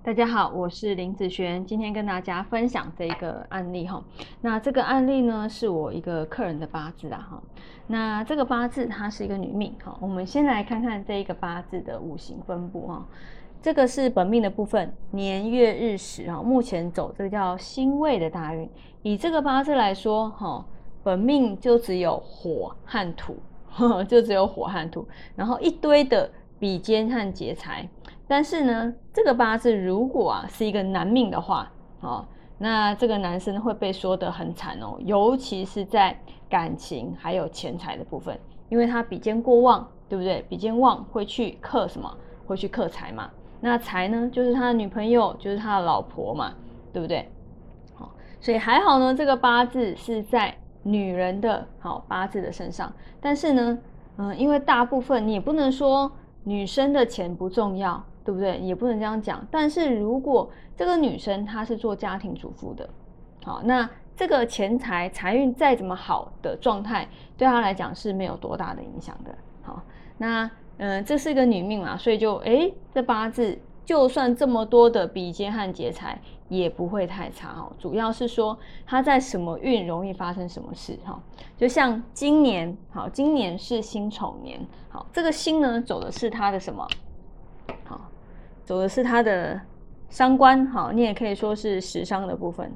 大家好，我是林子璇，今天跟大家分享这个案例哈。那这个案例呢，是我一个客人的八字啦哈。那这个八字它是一个女命哈。我们先来看看这一个八字的五行分布哈。这个是本命的部分，年月日时哈，目前走这个叫辛未的大运。以这个八字来说哈，本命就只有火和土，就只有火和土，然后一堆的比肩和劫财。但是呢，这个八字如果是一个男命的话，那这个男生会被说得很惨哦，尤其是在感情还有钱财的部分，因为他比肩过旺，对不对？比肩旺会去克什么？会去克财嘛。那财呢，就是他的女朋友，就是他的老婆嘛，对不对？所以还好呢，这个八字是在女人的八字的身上，但是呢，因为大部分你也不能说女生的钱不重要，对不对？也不能这样讲。但是如果这个女生她是做家庭主妇的，好，那这个钱财财运再怎么好的状态，对她来讲是没有多大的影响的。好，那这是一个女命嘛，所以就这八字就算这么多的比肩和劫财，也不会太差哈。主要是说她在什么运容易发生什么事哈。就像今年，好，今年是辛丑年，好，这个辛呢走的是它的什么？好，走的是它的伤官，好，你也可以说是食伤的部分。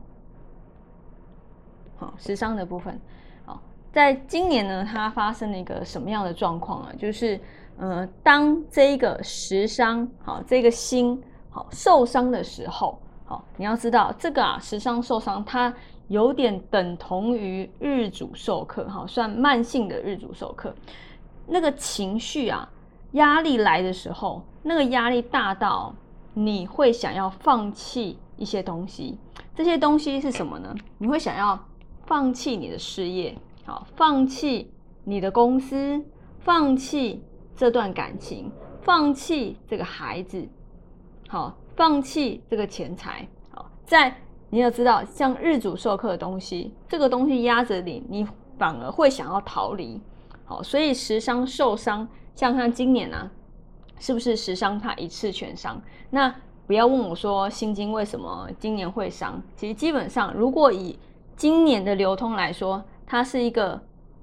好，食伤的部分，好，在今年呢，它发生了一个什么样的状况啊？就是当这一个食伤，好，这个辛好受伤的时候，好，你要知道这个食伤受伤，它有点等同于日主受克，好，算慢性的日主受克。那个情绪压力来的时候，那个压力大到你会想要放弃一些东西。这些东西是什么呢？你会想要放弃你的事业，好，放弃你的公司，放弃这段感情，放弃这个孩子，好，放弃这个钱财，好，在你要知道，像日主授课的东西，这个东西压着你，你反而会想要逃离，好，所以食伤受伤，像今年是不是食伤它一次全伤？那不要问我说心经为什么今年会伤，其实基本上如果以今年的流通来说，它是一个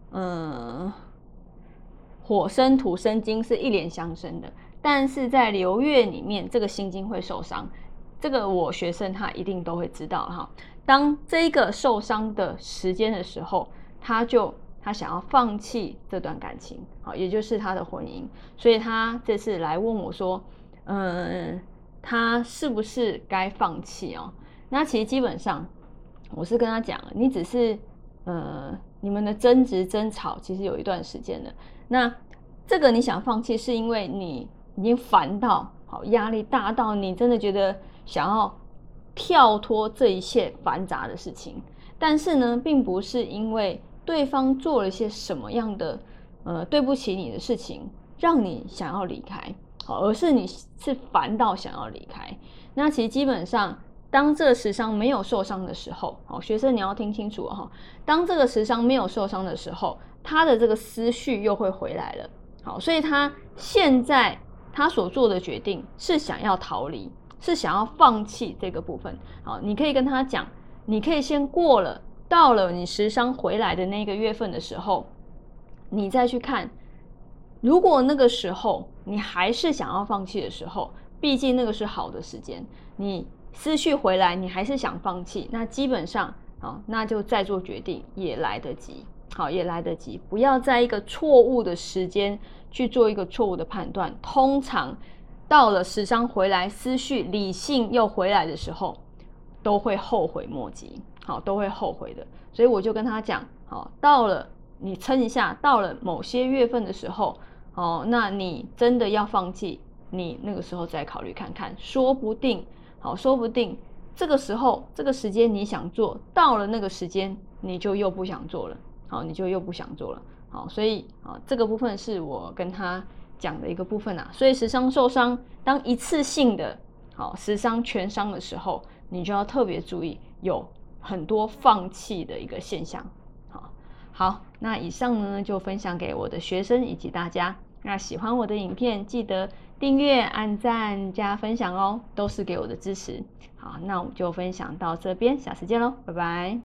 火生土生金是一连相生的，但是在流月里面这个心经会受伤，这个我学生他一定都会知道哈。当这个受伤的时间的时候，他想要放弃这段感情，好，也就是他的婚姻，所以他这次来问我说他是不是该放弃哦？那其实基本上我是跟他讲，你只是你们的争执争吵其实有一段时间了，那这个你想放弃是因为你已经烦到好，压力大到你真的觉得想要跳脱这一切繁杂的事情，但是呢并不是因为对方做了一些什么样的对不起你的事情让你想要离开，而是你是烦到想要离开。那其实基本上当这个食伤没有受伤的时候，学生你要听清楚哦，当这个食伤没有受伤的时候，他的这个思绪又会回来了，好，所以他现在他所做的决定是想要逃离，是想要放弃这个部分。好，你可以跟他讲，你可以先过了，到了你食伤回来的那个月份的时候，你再去看，如果那个时候你还是想要放弃的时候，毕竟那个是好的时间，你思绪回来你还是想放弃，那基本上那就再做决定也来得及，好，也来得及，不要在一个错误的时间去做一个错误的判断。通常到了食伤回来，思绪理性又回来的时候，都会后悔莫及，好，都会后悔的。所以我就跟他讲，好，到了你撑一下，到了某些月份的时候，那你真的要放弃，你那个时候再考虑看看，说不定这个时候这个时间你想做，到了那个时间你就又不想做了，好，你就又不想做了，好，所以这个部分是我跟他讲的一个部分所以食伤受伤，当一次性的食伤全伤的时候，你就要特别注意，有很多放弃的一个现象。好，那以上呢就分享给我的学生以及大家。 那喜欢我的影片，记得订阅、按赞、加分享哦，都是给我的支持。好，那我们就分享到这边，下次见喽，拜拜。